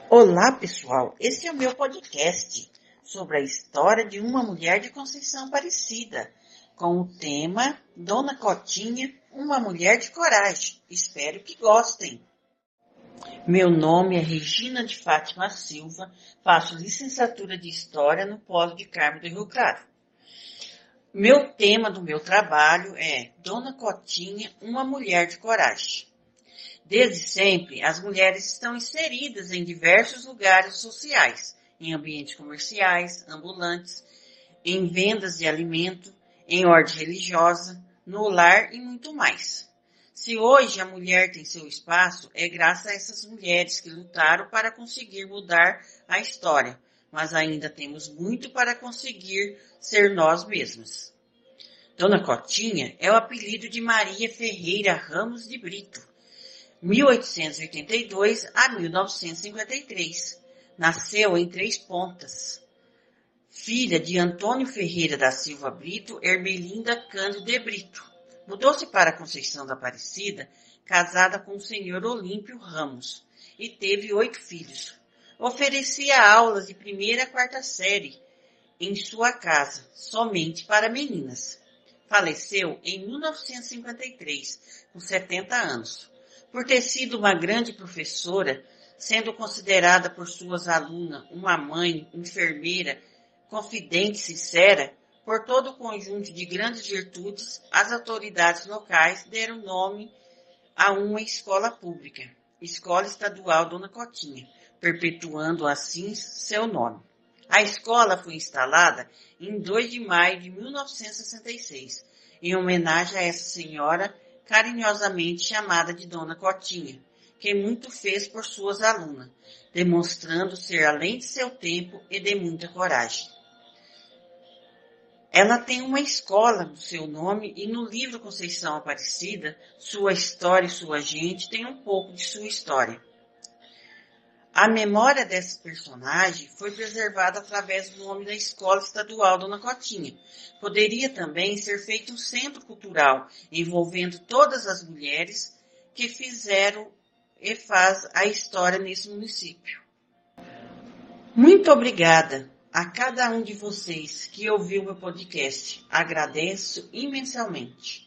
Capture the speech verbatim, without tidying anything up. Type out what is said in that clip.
Olá, pessoal. Esse é o meu podcast sobre a história de uma mulher de Conceição Aparecida, com o tema Dona Cotinha, uma mulher de coragem. Espero que gostem. Meu nome é Regina de Fátima Silva, faço licenciatura de História no Polo de Carmo do Rio Claro. Meu tema do meu trabalho é Dona Cotinha, uma mulher de coragem. Desde sempre, as mulheres estão inseridas em diversos lugares sociais, em ambientes comerciais, ambulantes, em vendas de alimento, em ordem religiosa, no lar e muito mais. Se hoje a mulher tem seu espaço, é graças a essas mulheres que lutaram para conseguir mudar a história, mas ainda temos muito para conseguir ser nós mesmas. Dona Cotinha é o apelido de Maria Ferreira Ramos de Brito, mil oitocentos e oitenta e dois a mil novecentos e cinquenta e três. Nasceu em Três Pontas. Filha de Antônio Ferreira da Silva Brito, Ermelinda Cândido de Brito. Mudou-se para Conceição da Aparecida, casada com o senhor Olímpio Ramos, e teve oito filhos. Oferecia aulas de primeira a quarta série em sua casa, somente para meninas. Faleceu em mil novecentos e cinquenta e três, com setenta anos. Por ter sido uma grande professora, sendo considerada por suas alunas uma mãe, enfermeira, confidente, sincera, por todo o conjunto de grandes virtudes, as autoridades locais deram nome a uma escola pública, Escola Estadual Dona Cotinha, perpetuando assim seu nome. A escola foi instalada em dois de maio de mil novecentos e sessenta e seis, em homenagem a essa senhora carinhosamente chamada de Dona Cotinha, que muito fez por suas alunas, demonstrando ser além de seu tempo e de muita coragem. Ela tem uma escola no seu nome e no livro Conceição Aparecida, Sua História e Sua Gente, tem um pouco de sua história. A memória dessa personagem foi preservada através do nome da Escola Estadual Dona Cotinha. Poderia também ser feito um centro cultural, envolvendo todas as mulheres que fizeram e faz a história nesse município. Muito obrigada a cada um de vocês que ouviu meu podcast. Agradeço imensamente.